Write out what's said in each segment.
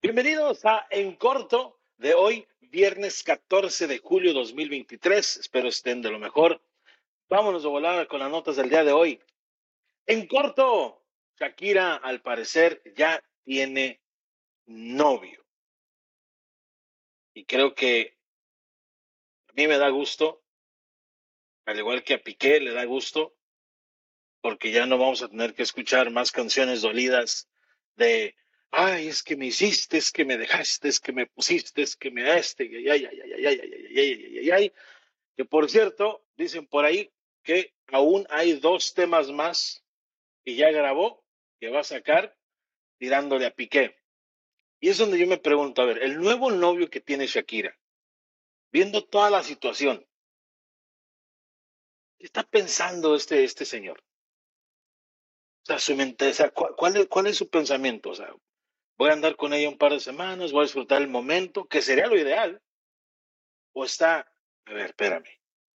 Bienvenidos a En Corto de hoy, viernes 14 de julio 2023. Espero estén de lo mejor. Vámonos de volada con las notas del día de hoy. En corto, Shakira al parecer ya tiene novio. Y creo que a mí me da gusto, al igual que a Piqué le da gusto, porque ya no vamos a tener que escuchar más canciones dolidas de, ay, es que me hiciste, es que me dejaste, es que me pusiste, es que me este, ay, ay, ay, ay, ay, ay, ay, ay, ay, ay, ay. Que por cierto, dicen por ahí que aún hay dos temas más que ya grabó, que va a sacar tirándole a Piqué. Y es donde yo me pregunto, a ver, el nuevo novio que tiene Shakira, viendo toda la situación, ¿qué está pensando este señor? O sea, su mente, o sea, ¿cuál es su pensamiento? O sea, voy a andar con ella un par de semanas, voy a disfrutar el momento, que sería lo ideal, o está, a ver, espérame,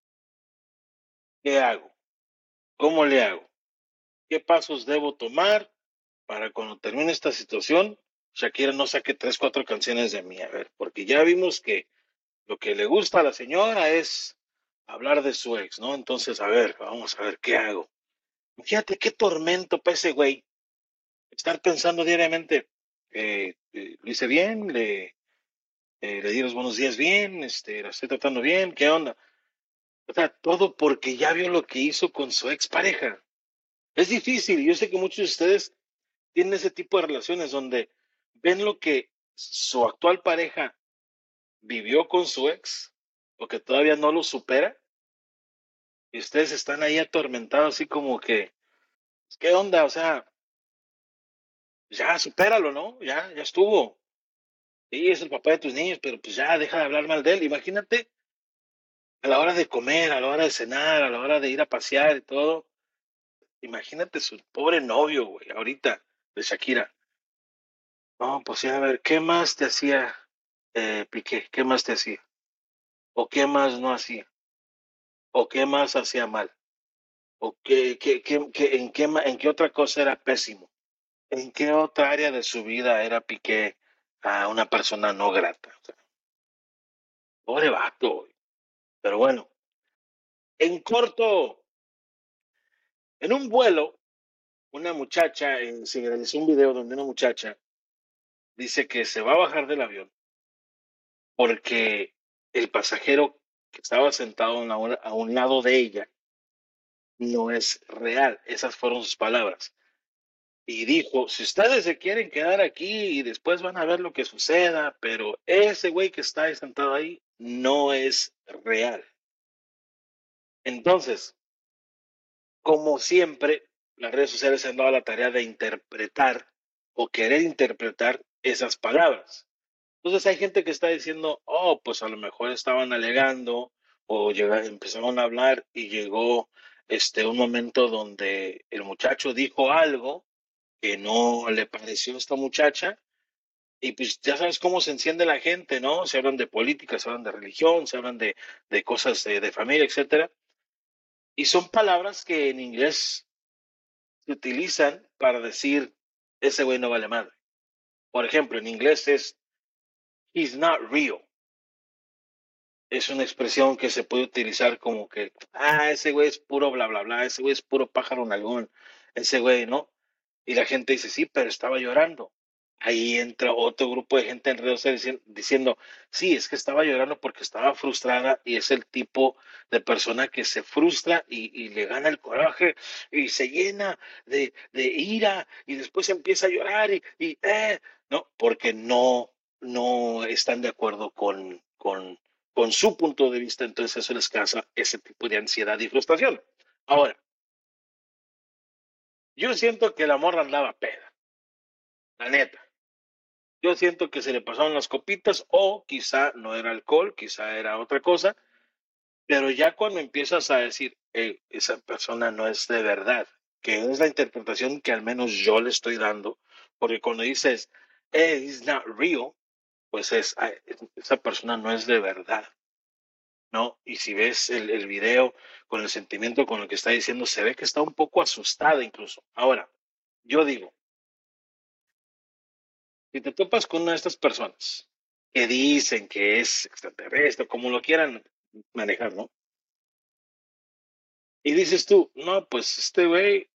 ¿qué hago? ¿Cómo le hago? ¿Qué pasos debo tomar para cuando termine esta situación, Shakira no saque tres, cuatro canciones de mí? A ver, porque ya vimos que lo que le gusta a la señora es hablar de su ex, ¿no? Entonces, a ver, vamos a ver qué hago. Fíjate qué tormento para ese güey estar pensando diariamente, lo hice bien, le di los buenos días bien, la estoy tratando bien, ¿qué onda? O sea, todo porque ya vio lo que hizo con su expareja. Es difícil, yo sé que muchos de ustedes tienen ese tipo de relaciones donde ven lo que su actual pareja vivió con su ex o que todavía no lo supera y ustedes están ahí atormentados así como que, ¿qué onda? O sea, ya supéralo, ¿no? Ya estuvo. Sí, es el papá de tus niños, pero pues ya deja de hablar mal de él. Imagínate a la hora de comer, a la hora de cenar, a la hora de ir a pasear y todo. Imagínate su pobre novio, güey, ahorita, de Shakira. No, pues sí, a ver, ¿qué más te hacía Piqué? ¿Qué más te hacía? ¿O qué más no hacía? ¿O qué más hacía mal? ¿O en qué otra cosa era pésimo? ¿En qué otra área de su vida era Piqué a una persona no grata? O sea, pobre vato, güey. Pero bueno, en corto, en un vuelo, una muchacha, se realizó un video donde una muchacha dice que se va a bajar del avión porque el pasajero que estaba sentado a un lado de ella no es real. Esas fueron sus palabras. Y dijo, si ustedes se quieren quedar aquí y después van a ver lo que suceda, pero ese güey que está ahí sentado ahí no es real. Entonces, como siempre, las redes sociales se han dado la tarea de interpretar o querer interpretar esas palabras. Entonces hay gente que está diciendo, oh, pues a lo mejor estaban alegando o empezaron a hablar y llegó un momento donde el muchacho dijo algo que no le pareció a esta muchacha. Y pues ya sabes cómo se enciende la gente, ¿no? Se hablan de política, se hablan de religión, se hablan de cosas de familia, etcétera. Y son palabras que en inglés se utilizan para decir, ese güey no vale madre. Por ejemplo, en inglés es, he's not real. Es una expresión que se puede utilizar como que, ese güey es puro bla, bla, bla, ese güey es puro pájaro nalgón, ese güey, ¿no? Y la gente dice, sí, pero estaba llorando. Ahí entra otro grupo de gente en redes sociales diciendo, sí, es que estaba llorando porque estaba frustrada y es el tipo de persona que se frustra y le gana el coraje y se llena de ira y después empieza a llorar no, porque no están de acuerdo con su punto de vista, entonces eso les causa ese tipo de ansiedad y frustración. Ahora, yo siento que la morra andaba peda, la neta. Yo siento que se le pasaron las copitas o quizá no era alcohol, quizá era otra cosa, pero ya cuando empiezas a decir, esa persona no es de verdad, que es la interpretación que al menos yo le estoy dando, porque cuando dices, it's not real, pues esa persona no es de verdad, ¿no? Y si ves el video con el sentimiento con lo que está diciendo, se ve que está un poco asustada incluso. Ahora, yo digo, Si te topas con una de estas personas que dicen que es extraterrestre, como lo quieran manejar, ¿no? Y dices tú, no, pues este güey,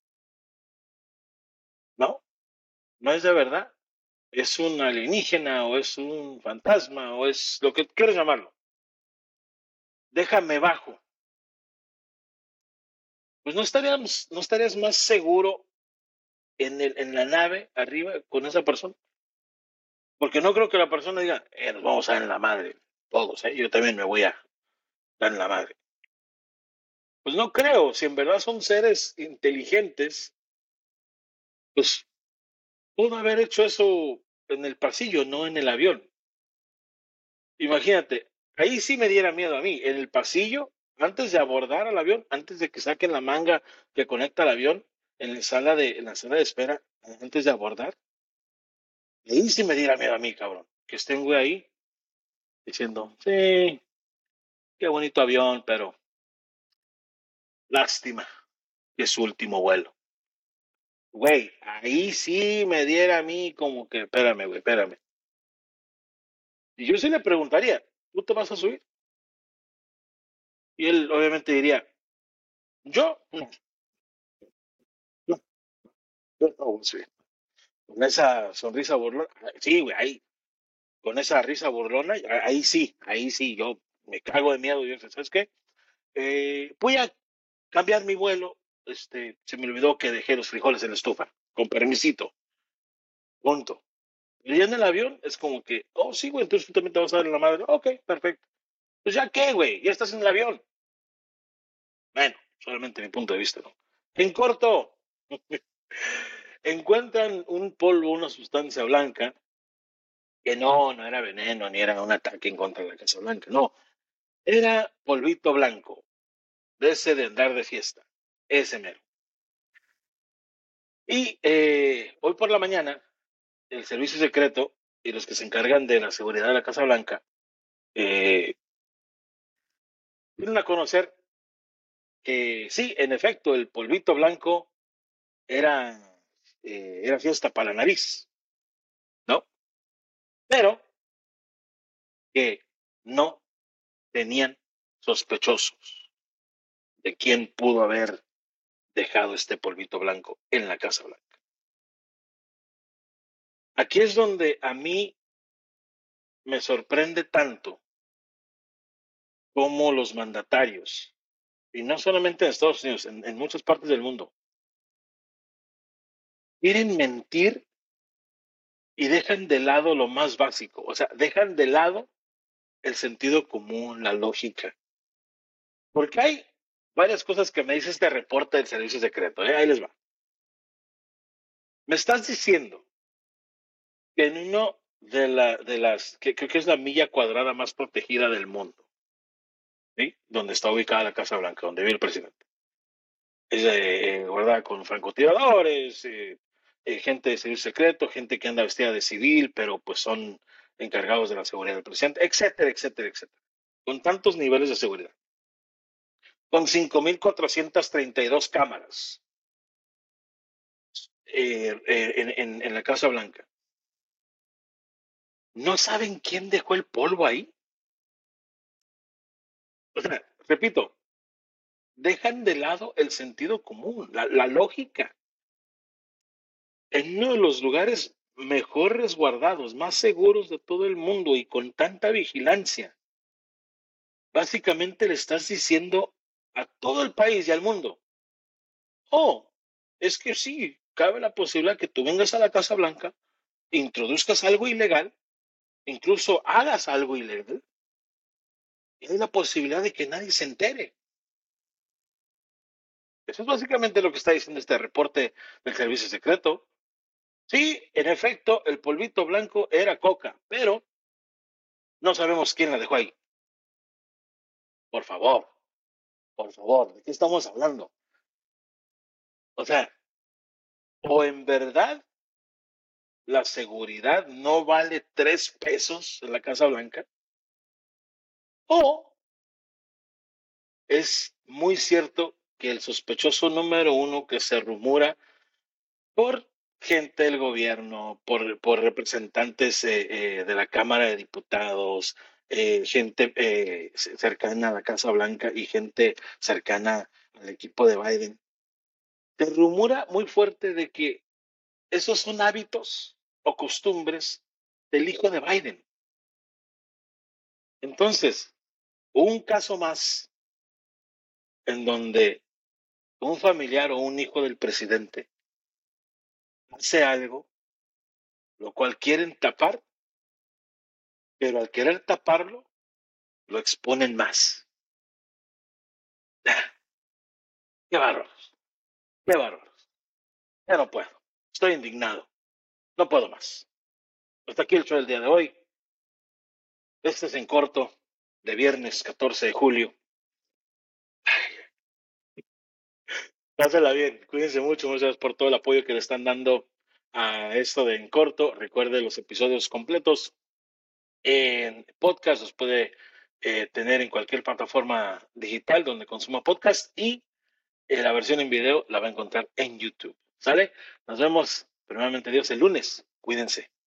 no, no es de verdad. Es un alienígena o es un fantasma o es lo que quieras llamarlo. Déjame bajo. Pues no estarías más seguro en la nave arriba con esa persona. Porque no creo que la persona diga, nos vamos a dar en la madre, todos, ¿eh? Yo también me voy a dar en la madre. Pues no creo, si en verdad son seres inteligentes, pues pudo haber hecho eso en el pasillo, no en el avión. Imagínate, ahí sí me diera miedo a mí, en el pasillo, antes de abordar al avión, antes de que saquen la manga que conecta al avión, en la sala de espera, antes de abordar, ahí sí me diera miedo a mí, cabrón. Que estén güey ahí diciendo, sí, qué bonito avión, pero lástima que es su último vuelo. Güey, ahí sí me diera a mí como que, espérame, güey, espérame. Y yo sí le preguntaría, ¿tú te vas a subir? Y él obviamente diría, yo, no, no, yo no voy a subir. Con esa sonrisa burlona, sí, güey, ahí, con esa risa burlona, ahí sí, yo me cago de miedo. Yo, ¿sabes qué? Voy a cambiar mi vuelo. Se me olvidó que dejé los frijoles en la estufa, con permisito, punto. Y ya en el avión es como que, oh, sí, güey, entonces tú también te vas a dar en la madre. Ok, perfecto. Pues ya qué, güey, ya estás en el avión. Bueno, solamente mi punto de vista, ¿no? En corto, encuentran un polvo, una sustancia blanca, que no era veneno, ni era un ataque en contra de la Casa Blanca, no, era polvito blanco, de ese de andar de fiesta, ese mero. Y hoy por la mañana, el servicio secreto y los que se encargan de la seguridad de la Casa Blanca eh, vienen a conocer que sí, en efecto, el polvito blanco era, era fiesta para la nariz, ¿no? Pero que no tenían sospechosos de quién pudo haber dejado este polvito blanco en la Casa Blanca. Aquí es donde a mí me sorprende tanto cómo los mandatarios, y no solamente en Estados Unidos, en muchas partes del mundo, quieren mentir y dejan de lado lo más básico, o sea, dejan de lado el sentido común, la lógica. Porque hay varias cosas que me dice este reporte del servicio secreto, ¿eh? Ahí les va. Me estás diciendo que en uno de las, que creo que es la milla cuadrada más protegida del mundo, ¿sí? Donde está ubicada la Casa Blanca, donde vive el presidente. Es guardada con francotiradores, gente de servicio secreto, gente que anda vestida de civil, pero pues son encargados de la seguridad del presidente, etcétera, etcétera, etcétera. Con tantos niveles de seguridad. Con 5.432 cámaras en la Casa Blanca. ¿No saben quién dejó el polvo ahí? O sea, repito, dejan de lado el sentido común, la lógica. En uno de los lugares mejor resguardados, más seguros de todo el mundo y con tanta vigilancia, básicamente le estás diciendo a todo el país y al mundo, oh, es que sí, cabe la posibilidad que tú vengas a la Casa Blanca, introduzcas algo ilegal, incluso hagas algo ilegal, y hay la posibilidad de que nadie se entere. Eso es básicamente lo que está diciendo este reporte del servicio secreto. Sí, en efecto, el polvito blanco era coca, pero no sabemos quién la dejó ahí. Por favor, por favor, ¿de qué estamos hablando? O sea, o en verdad la seguridad no vale 3 pesos en la Casa Blanca, o es muy cierto que el sospechoso número uno que se rumora por gente del gobierno, por representantes de la Cámara de Diputados, gente cercana a la Casa Blanca y gente cercana al equipo de Biden. Se rumora muy fuerte de que esos son hábitos o costumbres del hijo de Biden. Entonces, un caso más en donde un familiar o un hijo del presidente hace algo, lo cual quieren tapar, pero al querer taparlo, lo exponen más. ¡Qué bárbaros! ¡Qué bárbaros! Ya no puedo. Estoy indignado. No puedo más. Hasta aquí el show del día de hoy. Este es en corto, de viernes 14 de julio. Pásala bien, cuídense mucho, muchas gracias por todo el apoyo que le están dando a esto de En Corto. Recuerde los episodios completos en podcast, los puede tener en cualquier plataforma digital donde consuma podcast y la versión en video la va a encontrar en YouTube. ¿Sale? Nos vemos, primeramente Dios, el lunes. Cuídense.